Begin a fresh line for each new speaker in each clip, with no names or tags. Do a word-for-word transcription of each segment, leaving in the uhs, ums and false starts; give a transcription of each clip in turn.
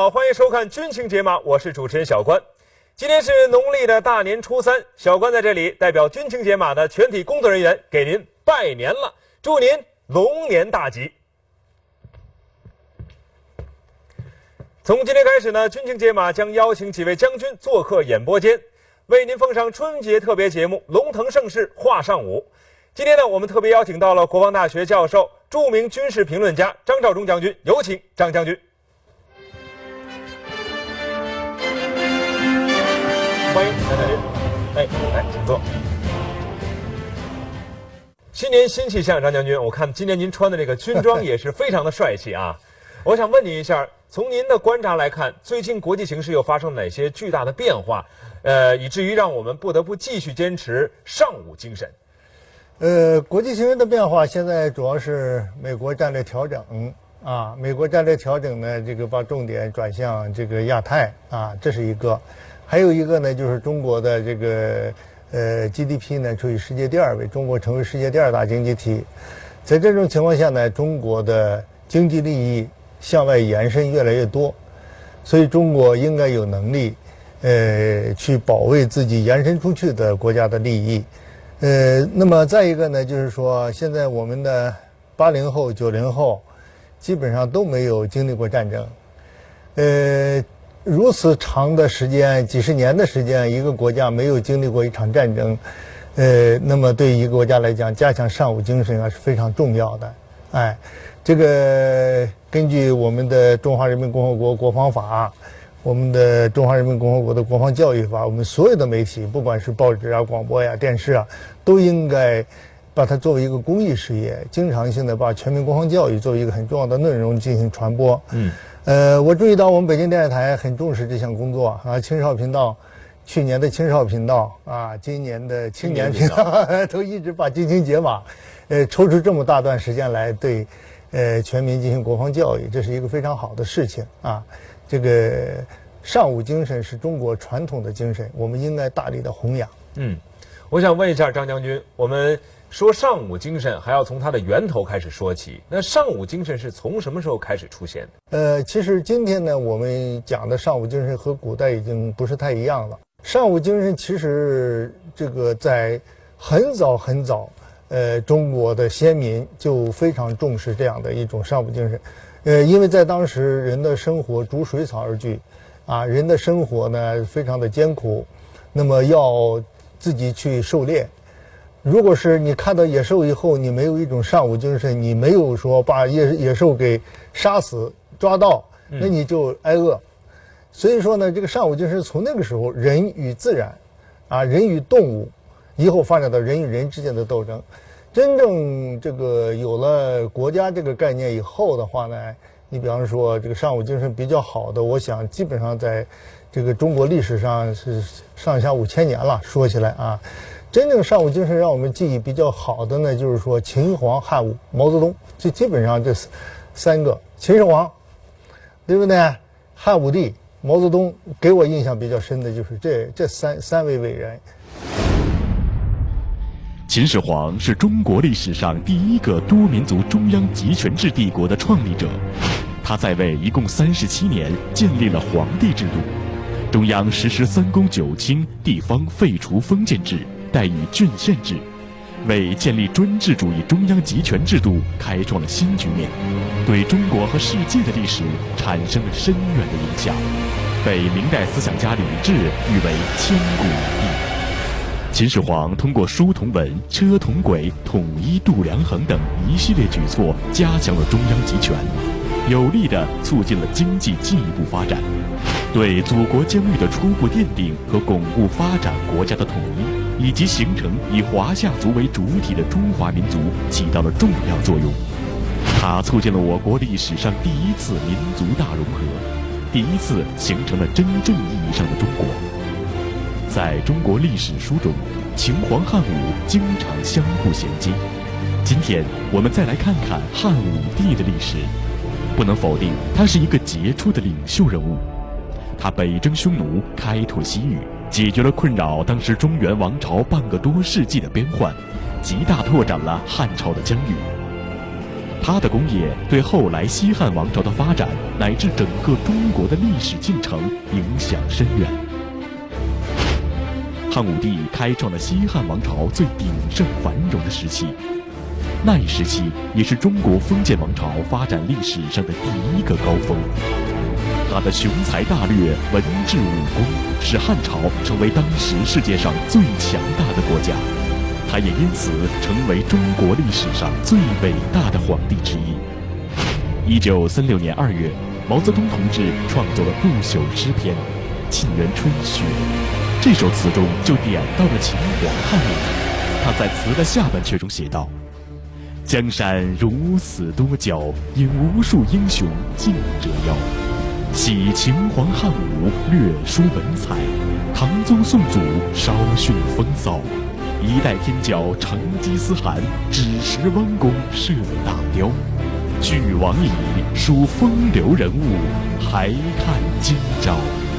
好，欢迎收看《军情解码》，我是主持人小关。今天是农历的大年初三，小关在这里代表《军情解码》的全体工作人员给您拜年了，祝您龙年大吉。从今天开始呢，《军情解码》将邀请几位将军做客演播间，为您奉上春节特别节目《龙腾盛世话上午》。今天呢，我们特别邀请到了国防大学教授、著名军事评论家张召忠将军，有请张将军。欢迎张将军，哎，来，请坐。新年新气象，张将军，我看今年您穿的这个军装也是非常的帅气啊。我想问您一下，从您的观察来看，最近国际形势又发生哪些巨大的变化，呃，以至于让我们不得不继续坚持尚武精神？
呃，国际形势的变化现在主要是美国战略调整啊，美国战略调整呢，这个把重点转向这个亚太啊，这是一个。还有一个呢，就是中国的这个呃 G D P 呢处于世界第二位，中国成为世界第二大经济体。在这种情况下呢，中国的经济利益向外延伸越来越多，所以中国应该有能力呃去保卫自己延伸出去的国家的利益。呃，那么再一个呢，就是说现在我们的八零后、九零后基本上都没有经历过战争，呃。如此长的时间，几十年的时间，一个国家没有经历过一场战争，呃，那么对于一个国家来讲，加强尚武精神啊是非常重要的。哎，这个根据我们的《中华人民共和国国防法》，我们的《中华人民共和国的国防教育法》，我们所有的媒体，不管是报纸啊、广播呀、电视啊，都应该把它作为一个公益事业，经常性的把全民国防教育作为一个很重要的内容进行传播。嗯。呃，我注意到我们北京电视台很重视这项工作啊，青少频道，去年的青少频道啊，今年的青年频道都一直把军情解码，呃，抽出这么大段时间来对，呃，全民进行国防教育，这是一个非常好的事情啊。这个尚武精神是中国传统的精神，我们应该大力的弘扬。
嗯，我想问一下张将军，我们说尚武精神还要从它的源头开始说起。那尚武精神是从什么时候开始出现的？
呃，其实今天呢，我们讲的尚武精神和古代已经不是太一样了。尚武精神其实这个在很早很早，呃，中国的先民就非常重视这样的一种尚武精神。呃，因为在当时人的生活逐水草而居，啊，人的生活呢非常的艰苦，那么要自己去狩猎。如果是你看到野兽以后，你没有一种尚武精神，你没有说把野野兽给杀死抓到，那你就挨饿。所以说呢，这个尚武精神从那个时候人与自然，啊，人与动物，以后发展到人与人之间的斗争。真正这个有了国家这个概念以后的话呢，你比方说这个尚武精神比较好的，我想基本上在这个中国历史上是上下五千年了。说起来啊。真正尚武精神让我们记忆比较好的呢，就是说秦始皇、汉武、毛泽东，就基本上这三个。秦始皇，对不对？汉武帝、毛泽东，给我印象比较深的就是这这三三位伟人。
秦始皇是中国历史上第一个多民族中央集权制帝国的创立者，他在位一共三十七年，建立了皇帝制度，中央实施三公九卿，地方废除封建制。代以郡县制，为建立专制主义中央集权制度开创了新局面，对中国和世界的历史产生了深远的影响，被明代思想家李治誉为千古一帝。秦始皇通过书同文、车同轨、统一度量衡等一系列举措，加强了中央集权，有力地促进了经济进一步发展，对祖国疆域的初步奠定和巩固发展国家的统一，以及形成以华夏族为主体的中华民族起到了重要作用。它促进了我国历史上第一次民族大融合，第一次形成了真正意义上的中国。在中国历史书中，秦皇汉武经常相互衔接。今天我们再来看看汉武帝的历史，不能否定他是一个杰出的领袖人物。他北征匈奴，开拓西域，解决了困扰当时中原王朝半个多世纪的边患，极大拓展了汉朝的疆域。 他的功业对后来西汉王朝的发展乃至整个中国的历史进程影响深远。汉武帝开创了西汉王朝最鼎盛繁荣的时期，那一时期也是中国封建王朝发展历史上的第一个高峰。他的雄才大略、文治武功，使汉朝成为当时世界上最强大的国家。他也因此成为中国历史上最伟大的皇帝之一。一九三六年二月，毛泽东同志创作了不朽诗篇《沁园春·雪》，这首词中就点到了秦皇汉武。他在词的下半阙中写道：“江山如此多娇，引无数英雄竞折腰。喜秦皇汉武，略输文采；唐宗宋祖，稍逊风骚。一代天骄成吉思汗，只识弯弓射大雕。俱往矣，数风流人物，还看今朝。”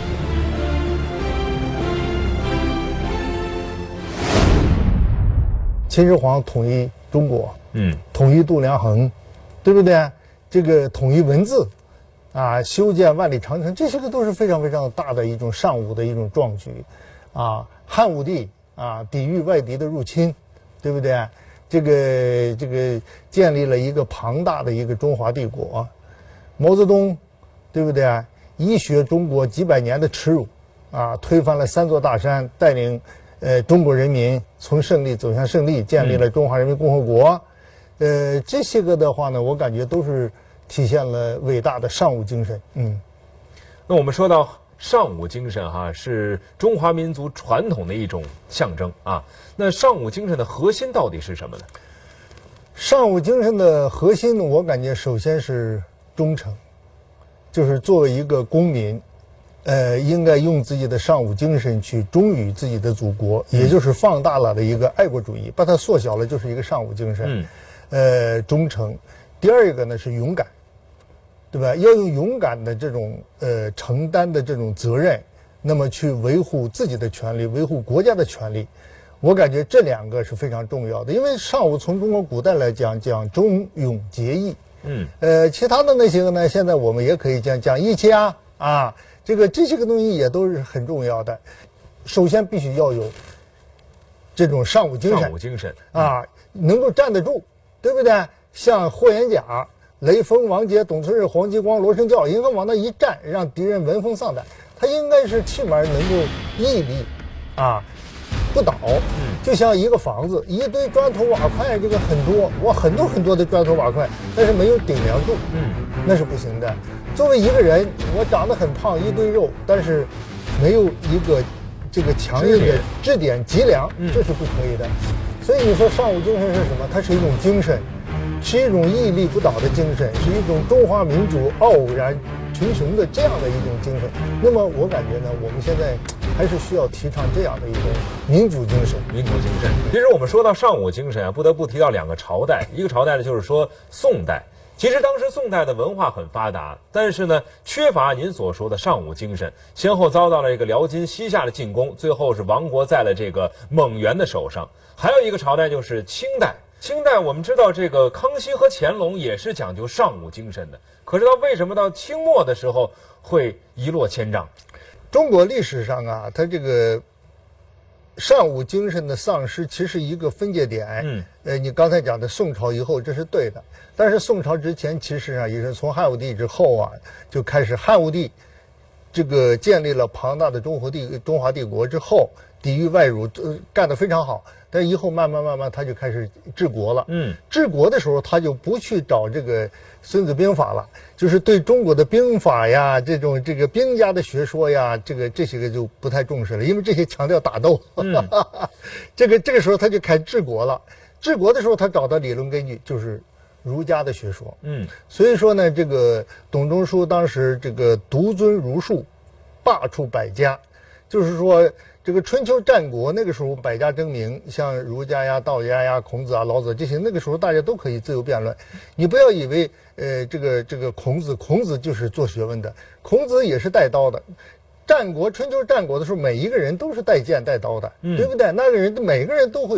秦始皇统一中国，
嗯，
统一度量衡，对不对？这个统一文字，啊，修建万里长城，这些个都是非常非常大的一种尚武的一种壮举，啊，汉武帝啊，抵御外敌的入侵，对不对？这个这个建立了一个庞大的一个中华帝国，毛泽东，对不对？医学中国几百年的耻辱，啊，推翻了三座大山，带领呃中国人民从胜利走向胜利，建立了中华人民共和国，呃，这些个的话呢，我感觉都是体现了伟大的尚武精神。嗯，
那我们说到尚武精神哈，是中华民族传统的一种象征啊。那尚武精神的核心到底是什么呢？
尚武精神的核心，我感觉首先是忠诚，就是作为一个公民，呃，应该用自己的尚武精神去忠于自己的祖国，也就是放大了的一个爱国主义，把它缩小了就是一个尚武精神。嗯，呃，忠诚。第二个呢是勇敢，对吧？要用勇敢的这种呃承担的这种责任，那么去维护自己的权利，维护国家的权利。我感觉这两个是非常重要的，因为尚武从中国古代来讲讲忠勇节义，嗯，呃，其他的那些个呢，现在我们也可以讲讲义气啊啊，这个这些个东西也都是很重要的。首先必须要有这种尚武精神，
尚武精神
啊，能够站得住，对不对？像霍元甲、雷锋、王杰、董存瑞、黄继光、罗胜教，应该往那一站，让敌人闻风丧胆。他应该是起码能够屹立，啊。不倒，就像一个房子，一堆砖头瓦块，这个很多，哇，很多很多的砖头瓦块，但是没有顶梁柱，嗯，那是不行的。作为一个人，我长得很胖，一堆肉，但是没有一个这个强硬的支点脊梁，这是不可以的。所以你说尚武精神是什么？它是一种精神，是一种屹立不倒的精神，是一种中华民族傲然群雄的这样的一种精神。那么我感觉呢，我们现在还是需要提倡这样的一种民族精神。
民族精神。其实我们说到尚武精神啊，不得不提到两个朝代，一个朝代呢就是说宋代。其实当时宋代的文化很发达，但是呢缺乏您所说的尚武精神，先后遭到了这个辽金西夏的进攻，最后是亡国在了这个蒙元的手上。还有一个朝代就是清代。清代我们知道这个康熙和乾隆也是讲究尚武精神的，可是他为什么到清末的时候会一落千丈？
中国历史上啊，它这个尚武精神的丧失其实一个分界点。嗯，呃，你刚才讲的宋朝以后，这是对的。但是宋朝之前，其实啊，也是从汉武帝之后啊，就开始汉武帝这个建立了庞大的中国帝中华帝国之后，抵御外辱，呃，干得非常好。但是以后慢慢慢慢，他就开始治国了。嗯，治国的时候，他就不去找这个《孙子兵法》了，就是对中国的兵法呀，这种这个兵家的学说呀，这个这些个就不太重视了，因为这些强调打斗。嗯，这个这个时候他就开始治国了。治国的时候，他找到理论根据就是儒家的学说。嗯，所以说呢，这个董仲舒当时这个独尊儒术，罢黜百家，就是说。这个春秋战国那个时候百家争鸣，像儒家呀、道家呀、孔子啊、老子这些，那个时候大家都可以自由辩论。你不要以为，呃，这个这个孔子，孔子就是做学问的，孔子也是带刀的。战国春秋战国的时候，每一个人都是带剑带刀的，嗯、对不对？那个人每个人都会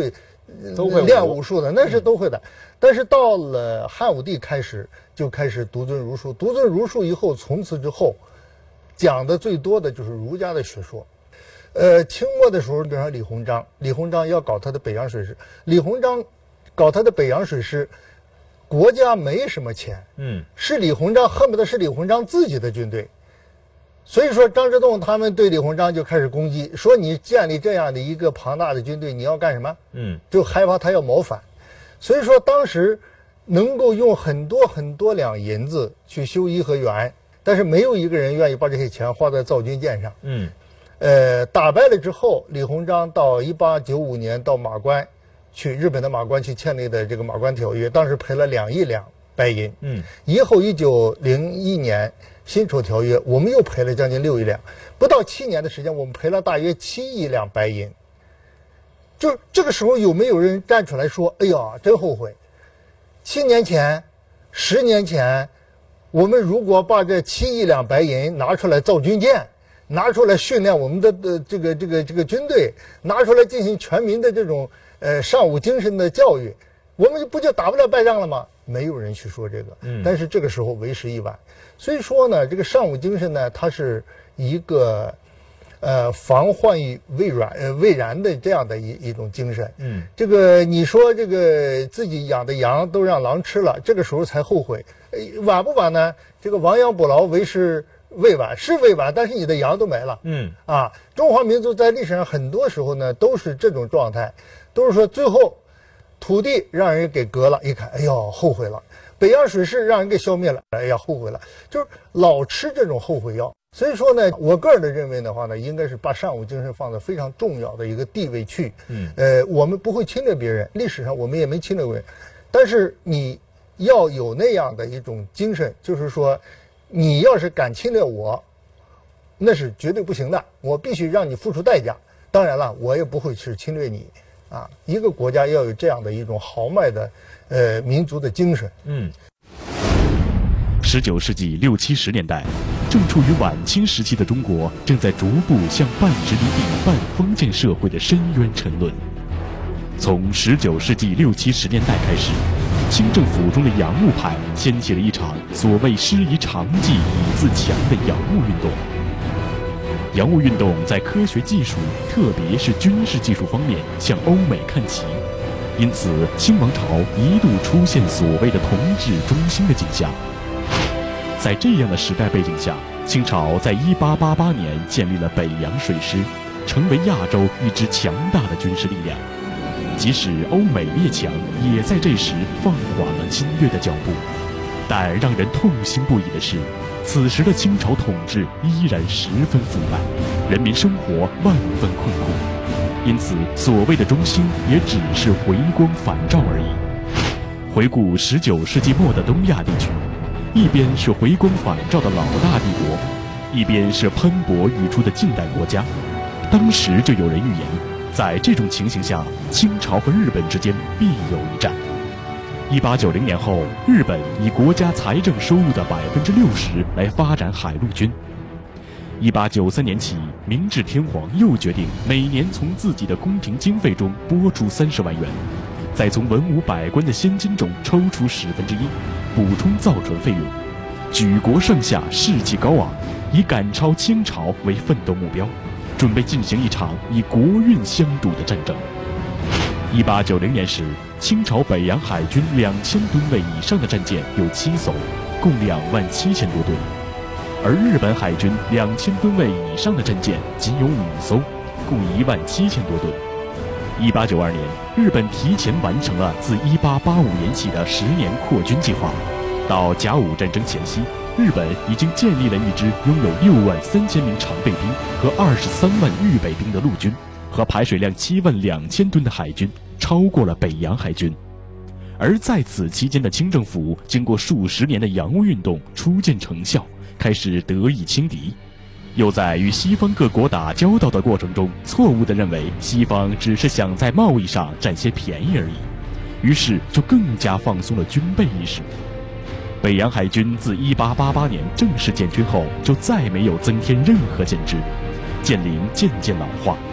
都会
练武术的，那是都会的。嗯、但是到了汉武帝开始就开始独尊儒术，独尊儒术以后，从此之后讲的最多的就是儒家的学说。呃，清末的时候，比方说李鸿章，李鸿章要搞他的北洋水师，李鸿章搞他的北洋水师，国家没什么钱，嗯，是李鸿章恨不得是李鸿章自己的军队。所以说，张之洞他们对李鸿章就开始攻击，说你建立这样的一个庞大的军队，你要干什么？嗯，就害怕他要谋反。所以说，当时能够用很多很多两银子去修颐和园，但是没有一个人愿意把这些钱花在造军舰上。嗯，呃，打败了之后，李鸿章到一八九五年到马关，去日本的马关去签立的这个马关条约，当时赔了两亿两白银。嗯，以后一九零一年。辛丑条约，我们又赔了将近六亿两，不到七年的时间，我们赔了大约七亿两白银。就这个时候，有没有人站出来说：“哎呀，真后悔！七年前、十年前，我们如果把这七亿两白银拿出来造军舰，拿出来训练我们的的这个这个这个军队，拿出来进行全民的这种呃尚武精神的教育，我们不就打不了败仗了吗？”没有人去说这个，嗯，但是这个时候为时已晚。所以说呢，这个尚武精神呢，它是一个，呃，防患于未然呃未然的这样的一一种精神。嗯，这个你说这个自己养的羊都让狼吃了，这个时候才后悔，呃、晚不晚呢？这个亡羊补牢为时未晚，是未晚，但是你的羊都没了。嗯，啊，中华民族在历史上很多时候呢都是这种状态，都是说最后土地让人给割了，一看，哎呦，后悔了。北洋水师让人给消灭了，哎呀，后悔了，就是老吃这种后悔药。所以说呢，我个人的认为的话呢，应该是把尚武精神放在非常重要的一个地位去。嗯，呃，我们不会侵略别人，历史上我们也没侵略过人，但是你要有那样的一种精神，就是说，你要是敢侵略我，那是绝对不行的，我必须让你付出代价。当然了，我也不会去侵略你。啊，一个国家要有这样的一种豪迈的，呃，民族的精神。嗯。
十九世纪六七十年代，正处于晚清时期的中国，正在逐步向半殖民地半封建社会的深渊沉沦。从十九世纪六七十年代开始，清政府中的洋务派掀起了一场所谓师夷长技以自强的洋务运动。洋务运动在科学技术，特别是军事技术方面向欧美看齐，因此清王朝一度出现所谓的同治中兴的景象。在这样的时代背景下，清朝在一八八八年建立了北洋水师，成为亚洲一支强大的军事力量。即使欧美列强也在这时放缓了侵略的脚步，但让人痛心不已的是，此时的清朝统治依然十分腐败，人民生活万分困苦，因此所谓的中兴也只是回光返照而已。回顾十九世纪末的东亚地区，一边是回光返照的老大帝国，一边是喷薄欲出的近代国家。当时就有人预言，在这种情形下，清朝和日本之间必有一战。一八九零年后，日本以国家财政收入的百分之六十来发展海陆军。一八九三年起，明治天皇又决定每年从自己的宫廷经费中拨出三十万元，再从文武百官的现金中抽出十分之一，补充造船费用。举国上下士气高昂，以赶超清朝为奋斗目标，准备进行一场以国运相赌的战争。一八九零年时，清朝北洋海军两千吨位以上的战舰有七艘，共两万七千多吨，而日本海军两千吨位以上的战舰仅有五艘，共一万七千多吨。一八九二年，日本提前完成了自一八八五年起的十年扩军计划，到甲午战争前夕，日本已经建立了一支拥有六万三千名常备兵和二十三万预备兵的陆军，和排水量七万两千吨的海军，超过了北洋海军。而在此期间的清政府经过数十年的洋务运动初见成效，开始得以轻敌，又在与西方各国打交道的过程中错误地认为西方只是想在贸易上占些便宜而已，于是就更加放松了军备意识。北洋海军自一八八八年正式建军后，就再没有增添任何建制，舰龄渐渐老化，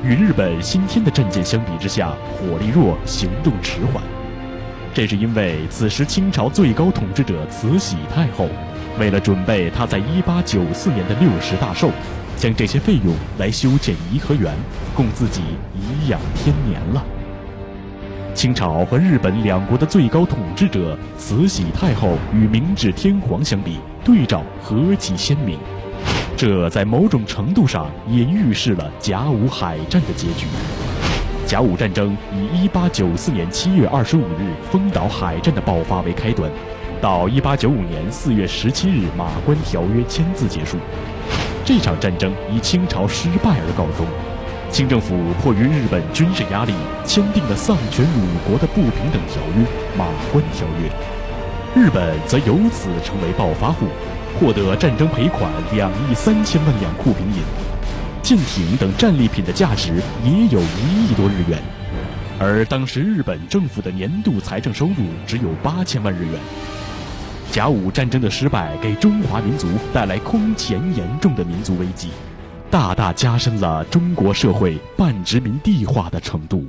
与日本新添的战舰相比之下，火力弱，行动迟缓。这是因为此时清朝最高统治者慈禧太后，为了准备她在一八九四年的六十大寿，将这些费用来修建颐和园，供自己颐养天年了。清朝和日本两国的最高统治者慈禧太后与明治天皇相比，对照何其鲜明。这在某种程度上也预示了甲午海战的结局。甲午战争以一八九四年七月二十五日丰岛海战的爆发为开端，到一八九五年四月十七日马关条约签字结束。这场战争以清朝失败而告终。清政府迫于日本军事压力，签订了丧权辱国的不平等条约《马关条约》。日本则由此成为暴发户，获得战争赔款两亿三千万两库平银，舰艇等战利品的价值也有一亿多日元。而当时日本政府的年度财政收入只有八千万日元。甲午战争的失败给中华民族带来空前严重的民族危机，大大加深了中国社会半殖民地化的程度。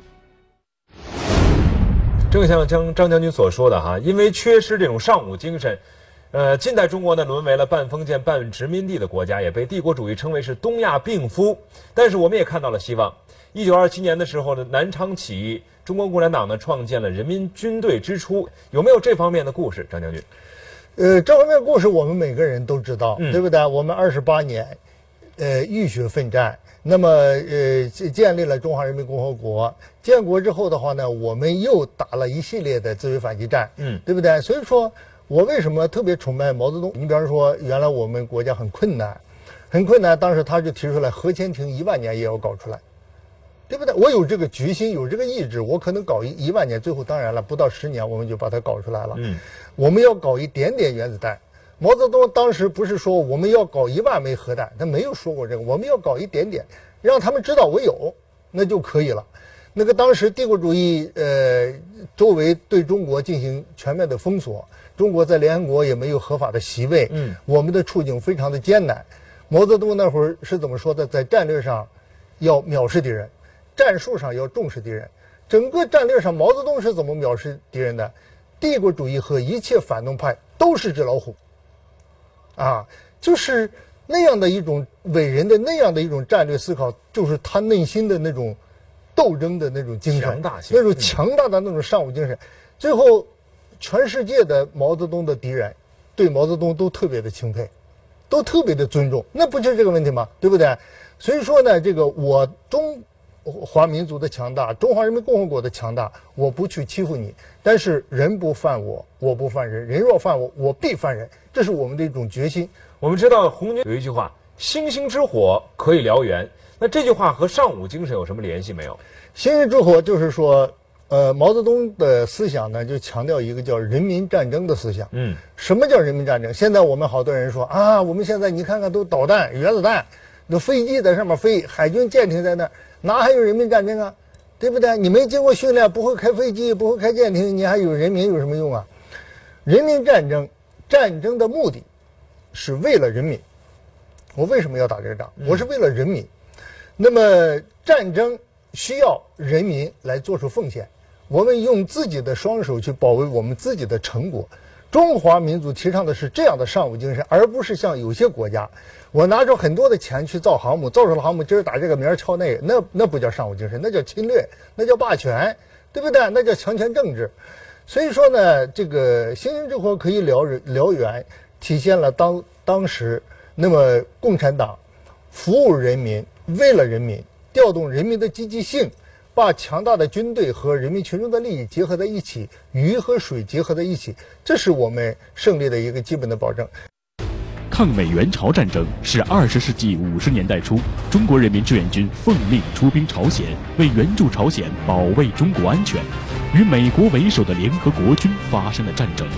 正像张张将军所说的哈，因为缺失这种尚武精神，呃，近代中国呢沦为了半封建半殖民地的国家，也被帝国主义称为是东亚病夫。但是我们也看到了希望。一九二七年的时候呢，南昌起义，中国共产党呢创建了人民军队之初，有没有这方面的故事，张将军？
呃，这方面故事我们每个人都知道，
嗯、
对不对？我们二十八年，呃，浴血奋战，那么呃，建立了中华人民共和国。建国之后的话呢，我们又打了一系列的自卫反击战，
嗯，
对不对？所以说，我为什么特别崇拜毛泽东？你比方说，原来我们国家很困难，很困难，当时他就提出来核潜艇一万年也要搞出来。对不对？我有这个决心，有这个意志，我可能搞一一万年，最后当然了，不到十年我们就把它搞出来了。
嗯，
我们要搞一点点原子弹。毛泽东当时不是说我们要搞一万枚核弹，他没有说过这个，我们要搞一点点，让他们知道我有，那就可以了。那个当时帝国主义呃周围对中国进行全面的封锁，中国在联合国也没有合法的席位，
嗯，
我们的处境非常的艰难。毛泽东那会儿是怎么说的？在战略上要藐视敌人。战术上要重视敌人，整个战略上，毛泽东是怎么藐视敌人的？帝国主义和一切反动派都是只老虎，啊，就是那样的一种伟人的那样的一种战略思考，就是他内心的那种斗争的那种精神，
强大性，
那种强大的那种尚武精神。最后，全世界的毛泽东的敌人对毛泽东都特别的钦佩，都特别的尊重，那不就是这个问题吗？对不对？所以说呢，这个我中。华民族的强大，中华人民共和国的强大，我不去欺负你，但是人不犯我，我不犯人，人若犯我，我必犯人，这是我们的一种决心。
我们知道红军有一句话，星星之火可以燎原，那这句话和尚武精神有什么联系没有？
星星之火就是说，呃，毛泽东的思想呢，就强调一个叫人民战争的思想。
嗯，
什么叫人民战争？现在我们好多人说啊，我们现在你看看都导弹、原子弹，那飞机在上面飞，海军舰艇在那儿。哪还有人民战争啊，对不对？你没经过训练，不会开飞机，不会开舰艇，你还有人民有什么用啊？人民战争，战争的目的是为了人民。我为什么要打这个仗？我是为了人民。那么战争需要人民来做出奉献，我们用自己的双手去保卫我们自己的成果。中华民族提倡的是这样的尚武精神，而不是像有些国家，我拿出很多的钱去造航母，造出了航母，今儿打这个，明儿敲那个，那那不叫尚武精神，那叫侵略，那叫霸权，对不对？那叫强权政治。所以说呢，这个星星之火可以燎人燎原，体现了当当时那么共产党服务人民，为了人民，调动人民的积极性。把强大的军队和人民群众的利益结合在一起，鱼和水结合在一起，这是我们胜利的一个基本的保证。
抗美援朝战争是二十世纪五十年代初中国人民志愿军奉命出兵朝鲜，为援助朝鲜保卫中国安全，与美国为首的联合国军发生的战争。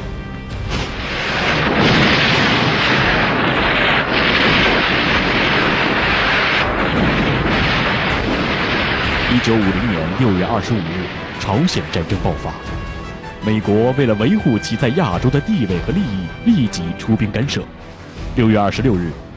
一九五零年六月二十五日，朝鲜战争爆发。美国为了维护其在亚洲的地位和利益，立即出兵干涉。六月二十六日，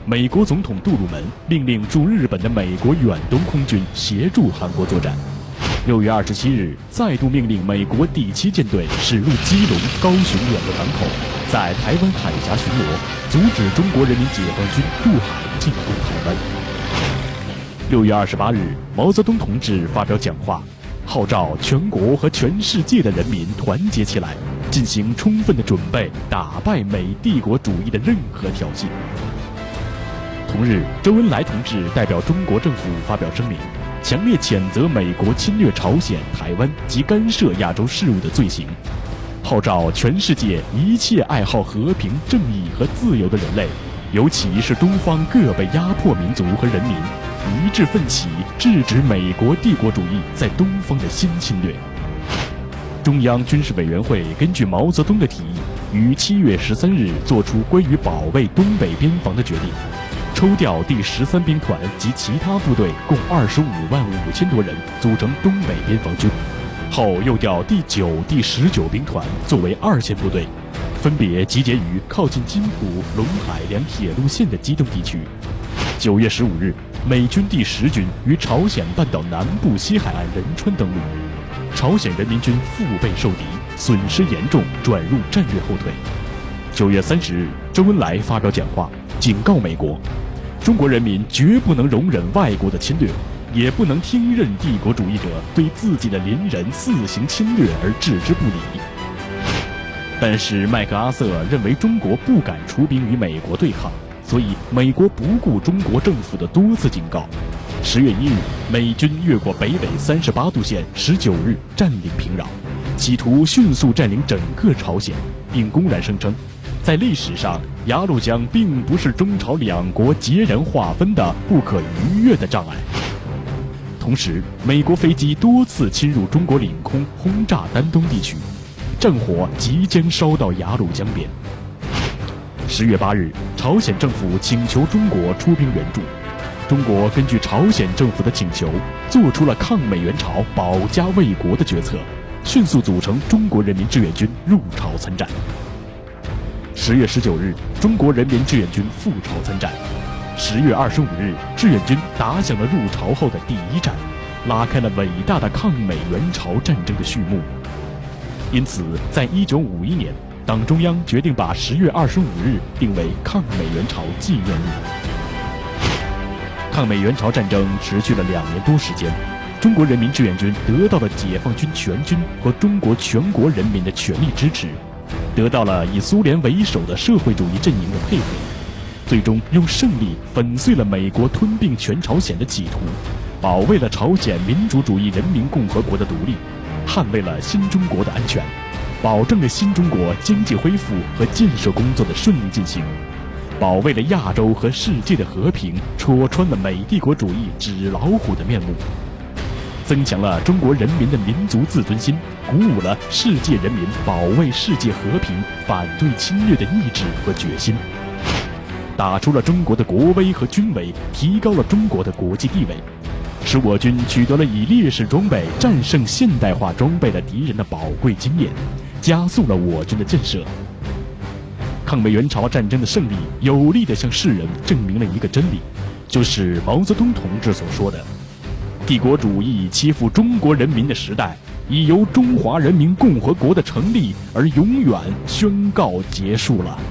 美国总统杜鲁门命令驻日本的美国远东空军协助韩国作战。六月二十七日，再度命令美国第七舰队驶入基隆、高雄两个港口，在台湾海峡巡逻，阻止中国人民解放军渡海进攻台湾。六月二十八日，毛泽东同志发表讲话，号召全国和全世界的人民团结起来，进行充分的准备，打败美帝国主义的任何挑衅。同日，周恩来同志代表中国政府发表声明，强烈谴责美国侵略朝鲜、台湾及干涉亚洲事务的罪行，号召全世界一切爱好和平、正义和自由的人类，尤其是东方各被压迫民族和人民，一致奋起，制止美国帝国主义在东方的新侵略。中央军事委员会根据毛泽东的提议，于七月十三日作出关于保卫东北边防的决定，抽调第十三兵团及其他部队共二十五万五千多人组成东北边防军，后又调第九、第十九兵团作为二线部队，分别集结于靠近金浦、陇海两铁路线的机动地区。九月十五日，美军第十军于朝鲜半岛南部西海岸仁川登陆，朝鲜人民军腹背受敌，损失严重，转入战略后退。九月三十日，周恩来发表讲话，警告美国，中国人民绝不能容忍外国的侵略，也不能听任帝国主义者对自己的邻人肆行侵略而置之不理。但是麦克阿瑟认为中国不敢出兵与美国对抗，所以美国不顾中国政府的多次警告，十月一日，美军越过北纬三十八度线，十九日占领平壤，企图迅速占领整个朝鲜，并公然声称，在历史上，鸭绿江并不是中朝两国截然划分的不可逾越的障碍。同时，美国飞机多次侵入中国领空，轰炸丹东地区，战火即将烧到鸭绿江边。十月八日，朝鲜政府请求中国出兵援助，中国根据朝鲜政府的请求，做出了抗美援朝、保家卫国的决策，迅速组成中国人民志愿军入朝参战。十月十九日，中国人民志愿军赴朝参战。十月二十五日，志愿军打响了入朝后的第一战，拉开了伟大的抗美援朝战争的序幕。因此，在一九五一年，党中央决定把十月二十五日定为抗美援朝纪念日。抗美援朝战争持续了两年多时间，中国人民志愿军得到了解放军全军和中国全国人民的全力支持，得到了以苏联为首的社会主义阵营的配合，最终用胜利粉碎了美国吞并全朝鲜的企图，保卫了朝鲜民主主义人民共和国的独立，捍卫了新中国的安全，保证了新中国经济恢复和建设工作的顺利进行，保卫了亚洲和世界的和平，戳穿了美帝国主义纸老虎的面目，增强了中国人民的民族自尊心，鼓舞了世界人民保卫世界和平、反对侵略的意志和决心，打出了中国的国威和军威，提高了中国的国际地位，使我军取得了以劣势装备战胜现代化装备的敌人的宝贵经验，加速了我军的建设。抗美援朝战争的胜利，有力地向世人证明了一个真理，就是毛泽东同志所说的，帝国主义欺负中国人民的时代，已由中华人民共和国的成立而永远宣告结束了。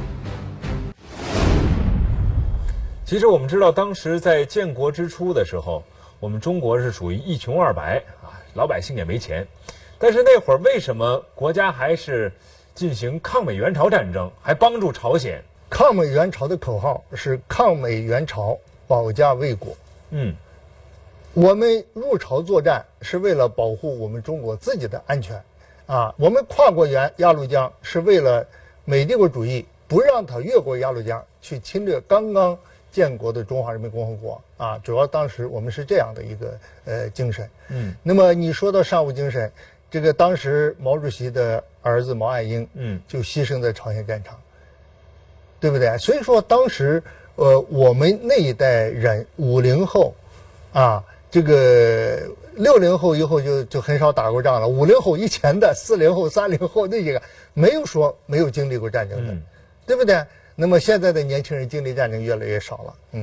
其实我们知道，当时在建国之初的时候，我们中国是属于一穷二白啊，老百姓也没钱。但是那会儿为什么国家还是进行抗美援朝战争，还帮助朝鲜？
抗美援朝的口号是抗美援朝，保家卫国。
嗯，
我们入朝作战是为了保护我们中国自己的安全，啊，我们跨过鸭鸭绿江是为了美帝国主义不让它越过鸭绿江去侵略刚刚建国的中华人民共和国啊，主要当时我们是这样的一个呃精神。
嗯，
那么你说到尚武精神，这个当时毛主席的儿子毛岸英，
嗯，就
牺牲在朝鲜战场，对不对？所以说当时呃我们那一代人五零后，啊，这个六零后以后就就很少打过仗了，五零后以前的四零后、三零后那些个没有说没有经历过战争的，
嗯，
对不对？ 那么现在的年轻人经历战争越来越少了。嗯。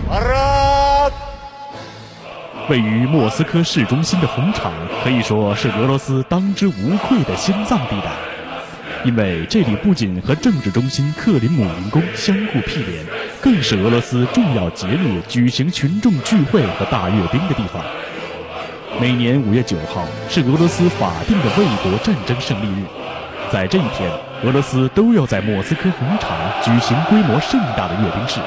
位于莫斯科市中心的红场可以说是俄罗斯当之无愧的心脏地带，因为这里不仅和政治中心克林姆林宫相互毗连，更是俄罗斯重要节日举行群众聚会和大阅兵的地方。每年五月九号是俄罗斯法定的卫国战争胜利日，在这一天，俄罗斯都要在莫斯科红场举行规模盛大的阅兵式。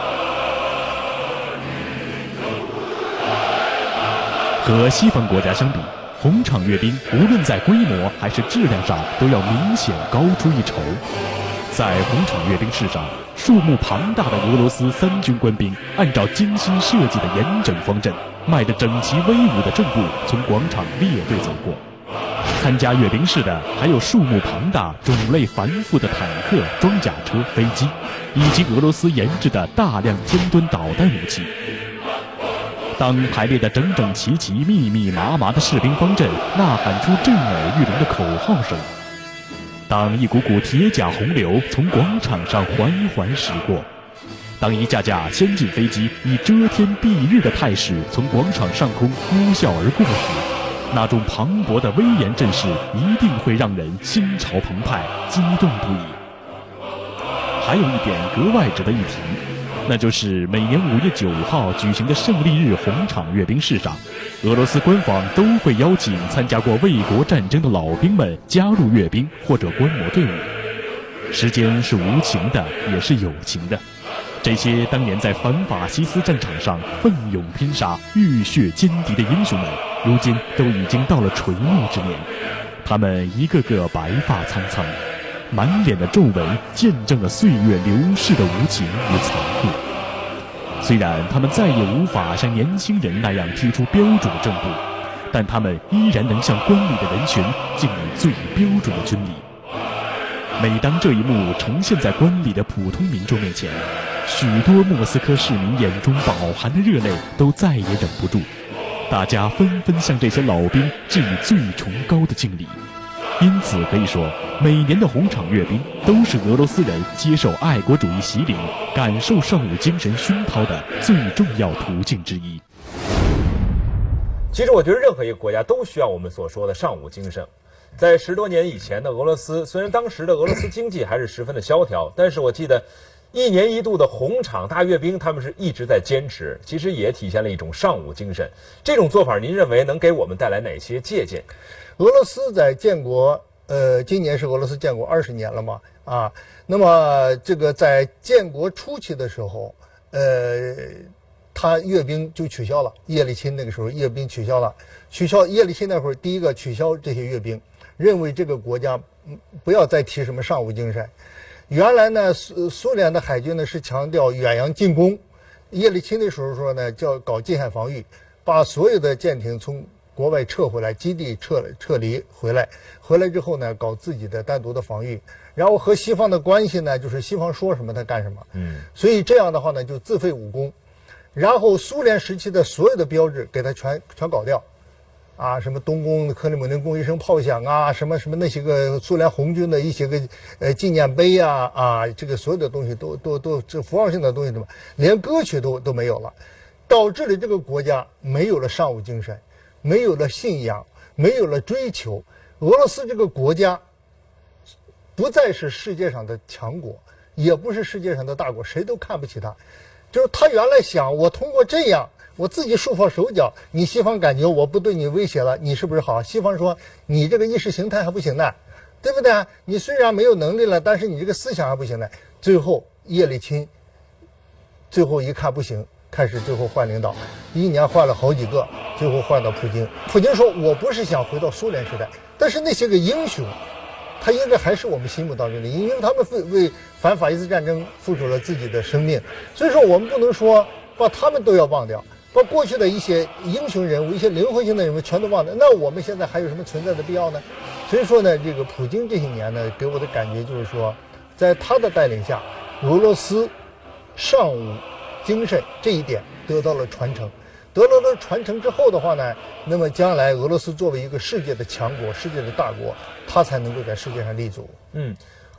和西方国家相比，红场阅兵无论在规模还是质量上都要明显高出一筹。在红场阅兵式上，数目庞大的俄罗斯三军官兵按照精心设计的严整方阵，迈着整齐威武的正步从广场列队走过。参加阅兵式的还有数目庞大、种类繁复的坦克、装甲车、飞机，以及俄罗斯研制的大量尖端导弹武器。当排列的整整齐齐、密密麻麻的士兵方阵呐喊出震耳欲聋的口号声，当一股股铁甲洪流从广场上缓缓驶过，当一架架先进飞机以遮天蔽日的态势从广场上空呼啸而过时，那种磅礴的威严阵势一定会让人心潮澎湃、激动不已。还有一点格外值得一提，那就是每年五月九号举行的胜利日红场阅兵式上，俄罗斯官方都会邀请参加过卫国战争的老兵们加入阅兵或者观摩队伍。时间是无情的，也是有情的。这些当年在反法西斯战场上奋勇拼杀、浴血歼敌的英雄们，如今都已经到了垂暮之年。他们一个个白发苍苍，满脸的皱纹见证了岁月流逝的无情与残酷。虽然他们再也无法像年轻人那样踢出标准的正步，但他们依然能向观礼的人群敬以最标准的军礼。每当这一幕呈现在观礼的普通民众面前，许多莫斯科市民眼中饱含的热泪都再也忍不住，大家纷纷向这些老兵致以最崇高的敬礼。因此可以说，每年的红场阅兵都是俄罗斯人接受爱国主义洗礼、感受尚武精神熏陶的最重要途径之一。
其实我觉得任何一个国家都需要我们所说的尚武精神。在十多年以前的俄罗斯，虽然当时的俄罗斯经济还是十分的萧条，但是我记得一年一度的红场大阅兵，他们是一直在坚持，其实也体现了一种尚武精神。这种做法，您认为能给我们带来哪些借鉴？
俄罗斯在建国，呃，今年是俄罗斯建国二十年了嘛，啊，那么这个在建国初期的时候，呃，他阅兵就取消了，叶利钦那个时候阅兵取消了，取消叶利钦那会儿第一个取消这些阅兵，认为这个国家嗯不要再提什么尚武精神。原来呢，苏苏联的海军呢是强调远洋进攻，叶利钦那时候说呢叫搞近海防御，把所有的舰艇从国外撤回来，基地撤撤离回来，回来之后呢，搞自己的单独的防御，然后和西方的关系呢，就是西方说什么他干什么，嗯，所以这样的话呢，就自废武功，然后苏联时期的所有的标志给他全全搞掉，啊，什么东宫克里姆林宫一声炮响啊，什么什么那些个苏联红军的一些个呃纪念碑呀，啊，这个所有的东西都都都这符号性的东西什么，连歌曲都都没有了，导致了这个国家没有了尚武精神。没有了信仰，没有了追求，俄罗斯这个国家不再是世界上的强国，也不是世界上的大国，谁都看不起他。就是他原来想，我通过这样，我自己束缚手脚，你西方感觉我不对你威胁了，你是不是好？西方说你这个意识形态还不行呢，对不对？你虽然没有能力了，但是你这个思想还不行呢。最后叶利钦最后一看不行，开始最后换领导，一年换了好几个，最后换到普京。普京说我不是想回到苏联时代，但是那些个英雄他应该还是我们心目当中的，因为他们为为反法西斯战争付出了自己的生命，所以说我们不能说把他们都要忘掉，把过去的一些英雄人物、一些灵魂性的人物全都忘掉，那我们现在还有什么存在的必要呢？所以说呢，这个普京这些年呢，给我的感觉就是说，在他的带领下，俄罗斯尚武精神这一点得到了传承，得到了传承之后的话呢，那么将来俄罗斯作为一个世界的强国、世界的大国，它才能够在世界上立足。
嗯，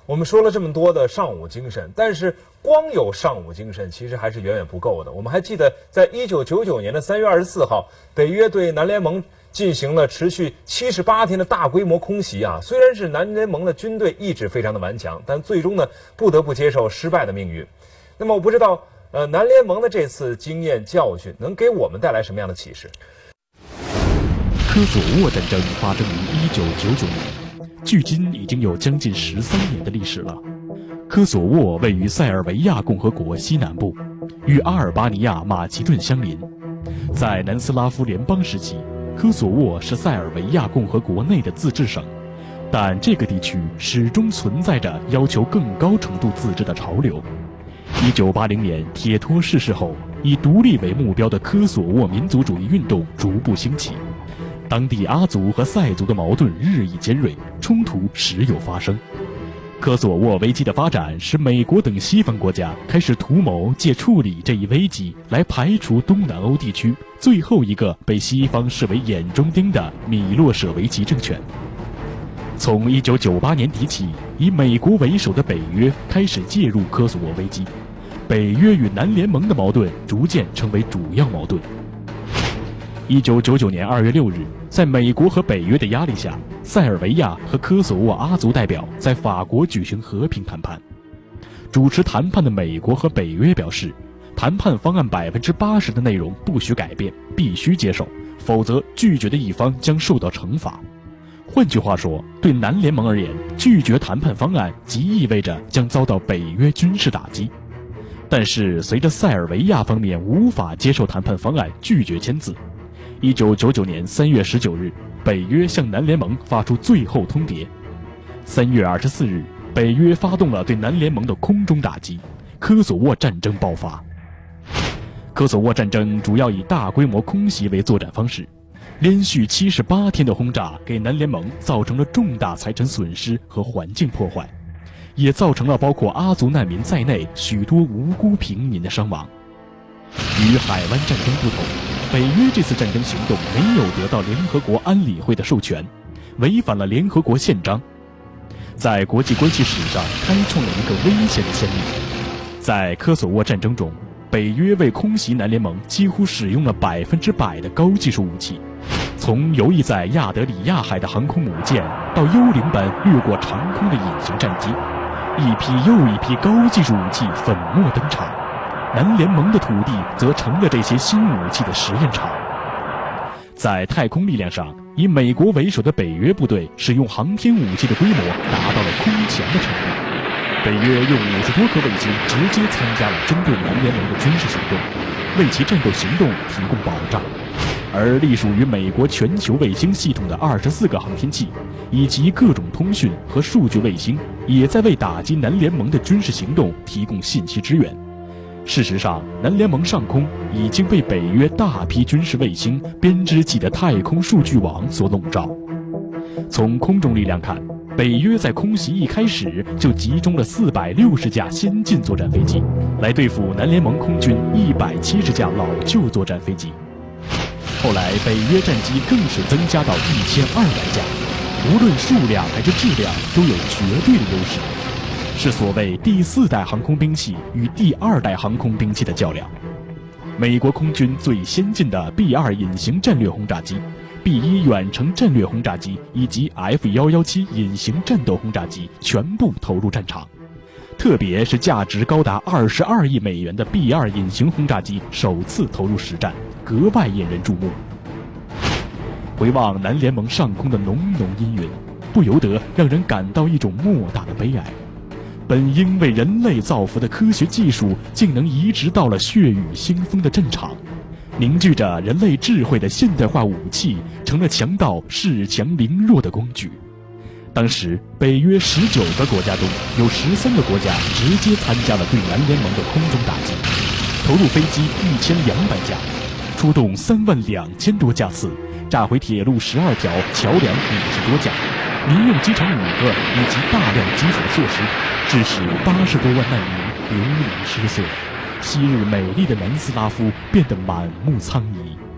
我们说了这么多的尚武精神，但是光有尚武精神其实还是远远不够的。我们还记得，在一九九九年的三月二十四号，北约对南联盟进行了持续七十八天的大规模空袭啊。虽然是南联盟的军队意志非常的顽强，但最终呢不得不接受失败的命运。那么我不知道，呃，南联盟的这次经验教训能给我们带来什么样的启示？
科索沃战争发生于一九九九年，距今已经有将近十三年的历史了。科索沃位于塞尔维亚共和国西南部，与阿尔巴尼亚马其顿相邻。在南斯拉夫联邦时期，科索沃是塞尔维亚共和国内的自治省，但这个地区始终存在着要求更高程度自治的潮流。一九八零年铁托逝世后，以独立为目标的科索沃民族主义运动逐步兴起。当地阿族和塞族的矛盾日益尖锐，冲突时有发生。科索沃危机的发展使美国等西方国家开始图谋借处理这一危机来排除东南欧地区最后一个被西方视为眼中钉的米洛舍维奇政权。从一九九八年底起，以美国为首的北约开始介入科索沃危机，北约与南联盟的矛盾逐渐成为主要矛盾。一九九九年二月六日，在美国和北约的压力下，塞尔维亚和科索沃阿族代表在法国举行和平谈判。主持谈判的美国和北约表示，谈判方案百分之八十的内容不许改变，必须接受，否则拒绝的一方将受到惩罚。换句话说，对南联盟而言，拒绝谈判方案即意味着将遭到北约军事打击。但是，随着塞尔维亚方面无法接受谈判方案，拒绝签字，一九九九年三月十九日，北约向南联盟发出最后通牒。三月二十四日，北约发动了对南联盟的空中打击，科索沃战争爆发。科索沃战争主要以大规模空袭为作战方式，连续七十八天的轰炸给南联盟造成了重大财产损失和环境破坏，也造成了包括阿族难民在内许多无辜平民的伤亡。与海湾战争不同，北约这次战争行动没有得到联合国安理会的授权，违反了联合国宪章，在国际关系史上开创了一个危险的先例。在科索沃战争中，北约为空袭南联盟几乎使用了百分之百的高技术武器，从游弋在亚得里亚海的航空母舰到幽灵般掠过长空的隐形战机，一批又一批高技术武器粉墨登场。南联盟的土地则成了这些新武器的实验场。在太空力量上，以美国为首的北约部队使用航天武器的规模达到了空前的程度。北约用五十多颗卫星直接参加了针对南联盟的军事行动，为其战斗行动提供保障。而隶属于美国全球卫星系统的二十四个航天器，以及各种通讯和数据卫星，也在为打击南联盟的军事行动提供信息支援。事实上，南联盟上空已经被北约大批军事卫星编织起的太空数据网所笼罩。从空中力量看，北约在空袭一开始就集中了四百六十架先进作战飞机，来对付南联盟空军一百七十架老旧作战飞机。后来，北约战机更是增加到一千二百架，无论数量还是质量都有绝对的优势。是所谓第四代航空兵器与第二代航空兵器的较量。美国空军最先进的 B 二 隐形战略轰炸机、B 一 远程战略轰炸机以及 F 一一七 隐形战斗轰炸机全部投入战场，特别是价值高达二十二亿美元的 B 二 隐形轰炸机首次投入实战，格外引人注目。回望南联盟上空的浓浓阴云，不由得让人感到一种莫大的悲哀。本应为人类造福的科学技术，竟能移植到了血雨腥风的战场，凝聚着人类智慧的现代化武器，成了强盗恃强凌弱的工具。当时，北约十九个国家中有十三个国家直接参加了对南联盟的空中打击，投入飞机一千两百架，出动三万两千多架次，炸毁铁路十二条，桥梁五十多架，民用机场五个，以及大量基础设施，致使八十多万难民流离失所，昔日美丽的南斯拉夫变得满目苍夷。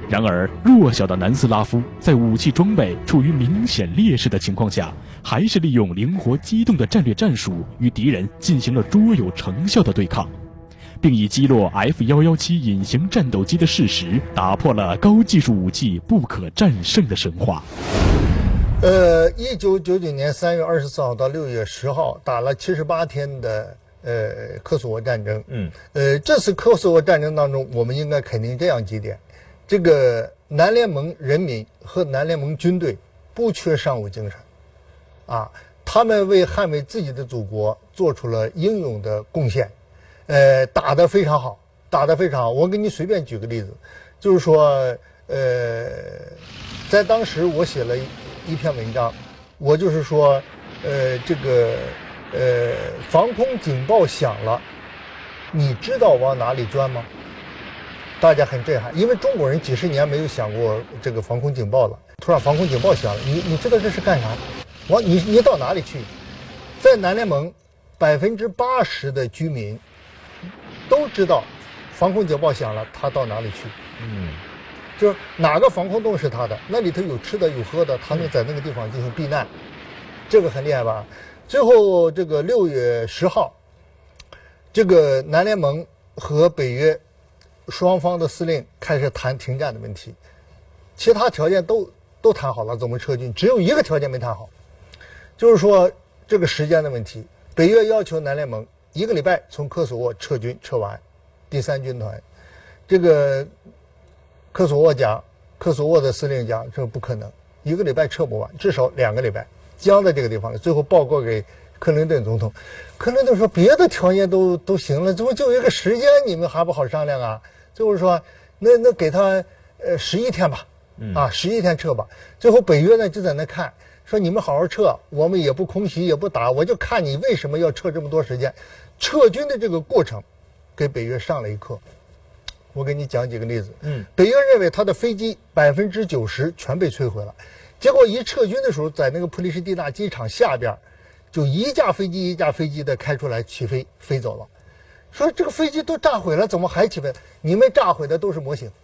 然而，弱小的南斯拉夫在武器装备处于明显劣势的情况下，还是利用灵活机动的战略战术与敌人进行了卓有成效的对抗，并以击落 F 一一七隐形战斗机的事实，打破了高技术武器不可战胜的神话。
呃，一九九九年三月二十四号到六月十号，打了七十八天的呃科索沃战争。嗯，呃，这次科索沃战争当中，我们应该肯定这样几点：这个南联盟人民和南联盟军队不缺尚武精神，啊，他们为捍卫自己的祖国做出了英勇的贡献，呃，打得非常好，打得非常好。我给你随便举个例子，就是说，呃，在当时我写了一篇文章，我就是说，呃，这个呃，防空警报响了，你知道往哪里钻吗？大家很震撼，因为中国人几十年没有想过这个防空警报了，突然防空警报响了，你你知道这是干啥？往你你到哪里去？在南联盟，百分之八十的居民都知道，防空警报响了，他到哪里去？嗯。就是哪个防空洞是他的，那里头有吃的有喝的，他能在那个地方进行避难，这个很厉害吧？最后这个六月十号，这个南联盟和北约双方的司令开始谈停战的问题，其他条件都都谈好了，怎么撤军，只有一个条件没谈好，就是说这个时间的问题。北约要求南联盟一个礼拜从科索沃撤军撤完，第三军团，这个。科索沃讲，科索沃的司令讲，这不可能，一个礼拜撤不完，至少两个礼拜，僵在这个地方了。最后报告给克林顿总统，克林顿说别的条件都都行了，怎么就一个时间你们还不好商量啊？最后说，那那给他呃十一天吧，啊十一天撤吧。最后北约呢就在那看，说你们好好撤，我们也不空袭也不打，我就看你为什么要撤这么多时间。撤军的这个过程，给北约上了一课。我给你讲几个例子。嗯，北约认为他的飞机百分之九十全被摧毁了，结果一撤军的时候，在那个普里什蒂纳机场下边，就一架飞机一架飞机的开出来起飞飞走了。说这个飞机都炸毁了，怎么还起飞？你们炸毁的都是模型，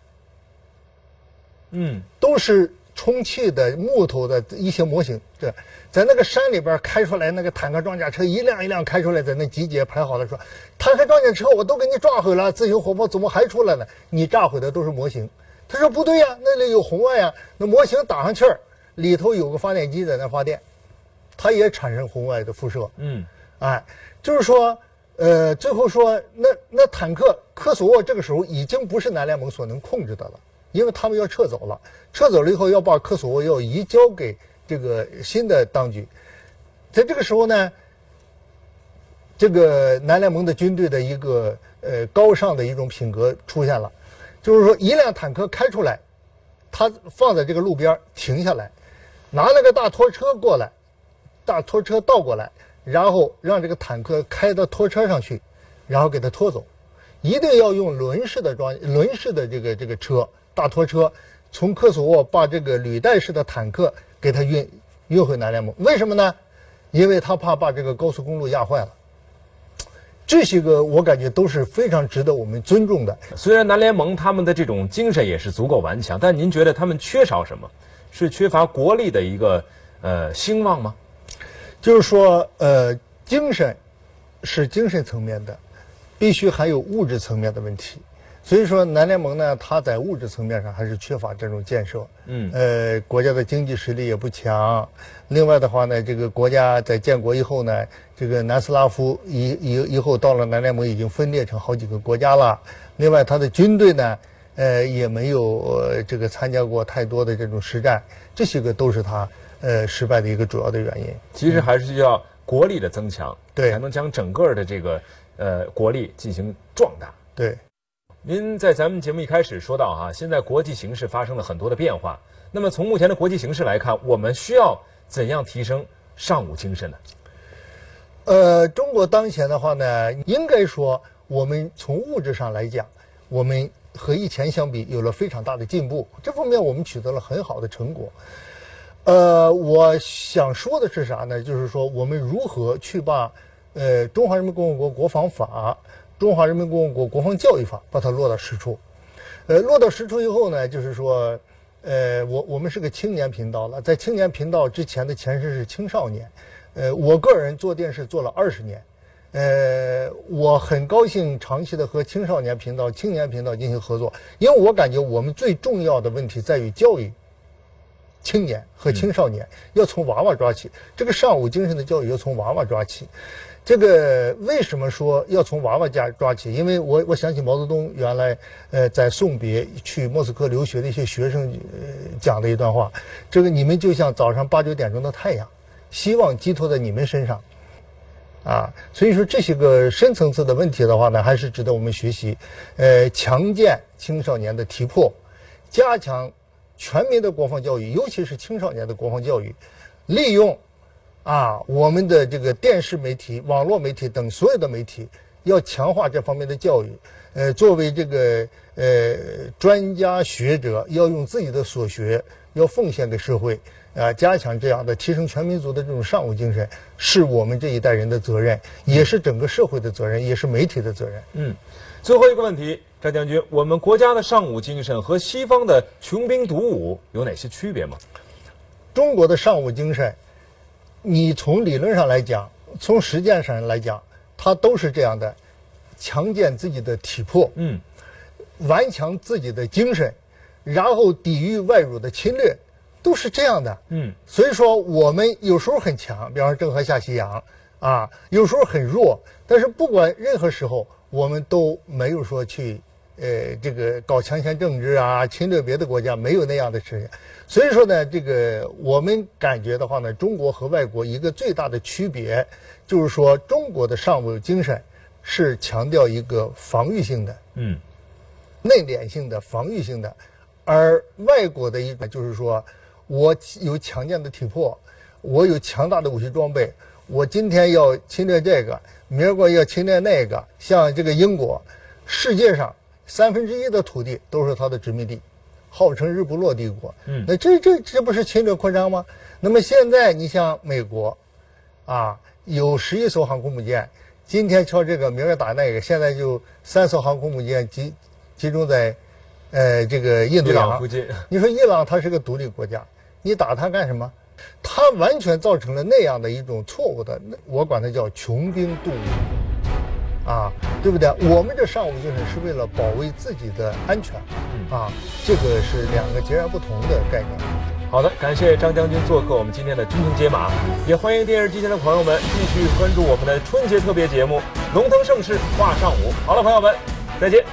嗯，都是充气的木头的一些模型。这在那个山里边开出来那个坦克装甲车一辆一辆开出来，在那集结排好了，说坦克装甲车我都给你炸毁了，自行火炮怎么还出来了？你炸毁的都是模型。他说不对呀，那里有红外呀，那模型打上气儿，里头有个发电机在那发电，它也产生红外的辐射。嗯，哎，就是说，呃，最后说那那坦克科索沃这个时候已经不是南联盟所能控制的了，因为他们要撤走了，撤走了以后要把科索沃要移交给这个新的当局。在这个时候呢，这个南联盟的军队的一个呃高尚的一种品格出现了，就是说一辆坦克开出来，他放在这个路边停下来，拿了个大拖车过来，大拖车倒过来，然后让这个坦克开到拖车上去，然后给它拖走。一定要用轮式的装轮式的这个这个车大拖车从科索沃把这个履带式的坦克给它运运回南联盟。为什么呢？因为他怕把这个高速公路压坏了。这些个我感觉都是非常值得我们尊重的。
虽然南联盟他们的这种精神也是足够顽强，但您觉得他们缺少什么？是缺乏国力的一个呃兴旺吗？
就是说，呃，精神是精神层面的，必须还有物质层面的问题。所以说，南联盟呢，它在物质层面上还是缺乏这种建设。嗯，呃，国家的经济实力也不强。另外的话呢，这个国家在建国以后呢，这个南斯拉夫以以以后到了南联盟已经分裂成好几个国家了。另外，它的军队呢，呃，也没有、呃、这个参加过太多的这种实战，这些个都是它呃失败的一个主要的原因。
其实还是需要国力的增强，
对，
才能将整个的这个呃国力进行壮大。
对。
您在咱们节目一开始说到哈、啊，现在国际形势发生了很多的变化。那么从目前的国际形势来看，我们需要怎样提升尚武精神呢？
呃，中国当前的话呢，应该说我们从物质上来讲，我们和以前相比有了非常大的进步，这方面我们取得了很好的成果。呃，我想说的是啥呢？就是说我们如何去把呃《中华人民共和国国防法》。中华人民共和国国防教育法把它落到实处， 呃，落到实处以后呢，就是说，呃，我我们是个青年频道了，在青年频道之前的前身是青少年，呃，我个人做电视做了二十年，呃，我很高兴长期的和青少年频道、青年频道进行合作，因为我感觉我们最重要的问题在于教育青年和青少年，嗯、要从娃娃抓起，这个尚武精神的教育要从娃娃抓起。这个为什么说要从娃娃家抓起？因为我我想起毛泽东原来呃在送别去莫斯科留学的一些学生呃讲的一段话，这个你们就像早上八九点钟的太阳，希望寄托在你们身上，啊，所以说这些个深层次的问题的话呢，还是值得我们学习，呃，强健青少年的体魄，加强全民的国防教育，尤其是青少年的国防教育，利用。啊，我们的这个电视媒体、网络媒体等所有的媒体要强化这方面的教育。呃，作为这个呃专家学者，要用自己的所学，要奉献给社会，啊，加强这样的提升全民族的这种尚武精神，是我们这一代人的责任，也是整个社会的责任，也是媒体的责任。
嗯，最后一个问题，张将军，我们国家的尚武精神和西方的穷兵黩武有哪些区别吗？
中国的尚武精神。你从理论上来讲，从实践上来讲，它都是这样的，强健自己的体魄，
嗯，
顽强自己的精神，然后抵御外辱的侵略，都是这样的，
嗯。
所以说我们有时候很强，比方说郑和下西洋，啊，有时候很弱，但是不管任何时候，我们都没有说去，呃，这个搞强权政治啊，侵略别的国家，没有那样的事情。所以说呢，这个我们感觉的话呢，中国和外国一个最大的区别，就是说中国的尚武精神是强调一个防御性的，
嗯，
内敛性的、防御性的，而外国的一个就是说，我有强健的体魄，我有强大的武器装备，我今天要侵略这个，明儿个要侵略那个。像这个英国，世界上三分之一的土地都是它的殖民地。号称日不落帝国，
嗯，
那这这这不是侵略扩张吗？那么现在你像美国，啊，有十一艘航空母舰，今天敲这个，明儿打那个，现在就三艘航空母舰集集中在，呃，这个印度洋
附近。
你说伊朗它是个独立国家，你打它干什么？它完全造成了那样的一种错误的，我管它叫穷兵黩武。啊，对不对？我们这尚武精神是为了保卫自己的安全，啊，这个是两个截然不同的概念。
好的，感谢张将军做客我们今天的军情解码，也欢迎电视机前的朋友们继续关注我们的春节特别节目《龙腾盛世话尚武》。好了，朋友们，再见。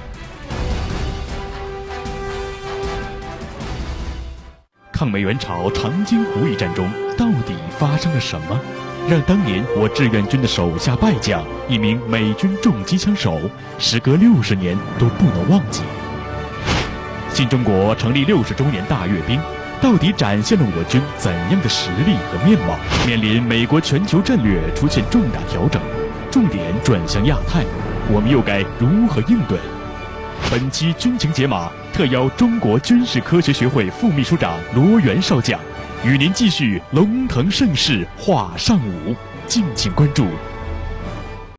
抗美援朝长津湖一战中，到底发生了什么？让当年我志愿军的手下败将，一名美军重机枪手，时隔六十年都不能忘记。新中国成立六十周年大阅兵，到底展现了我军怎样的实力和面貌？面临美国全球战略出现重大调整，重点转向亚太，我们又该如何应对？本期军情解码特邀中国军事科学学会副秘书长罗源少将，与您继续龙腾盛世话尚武，敬请关注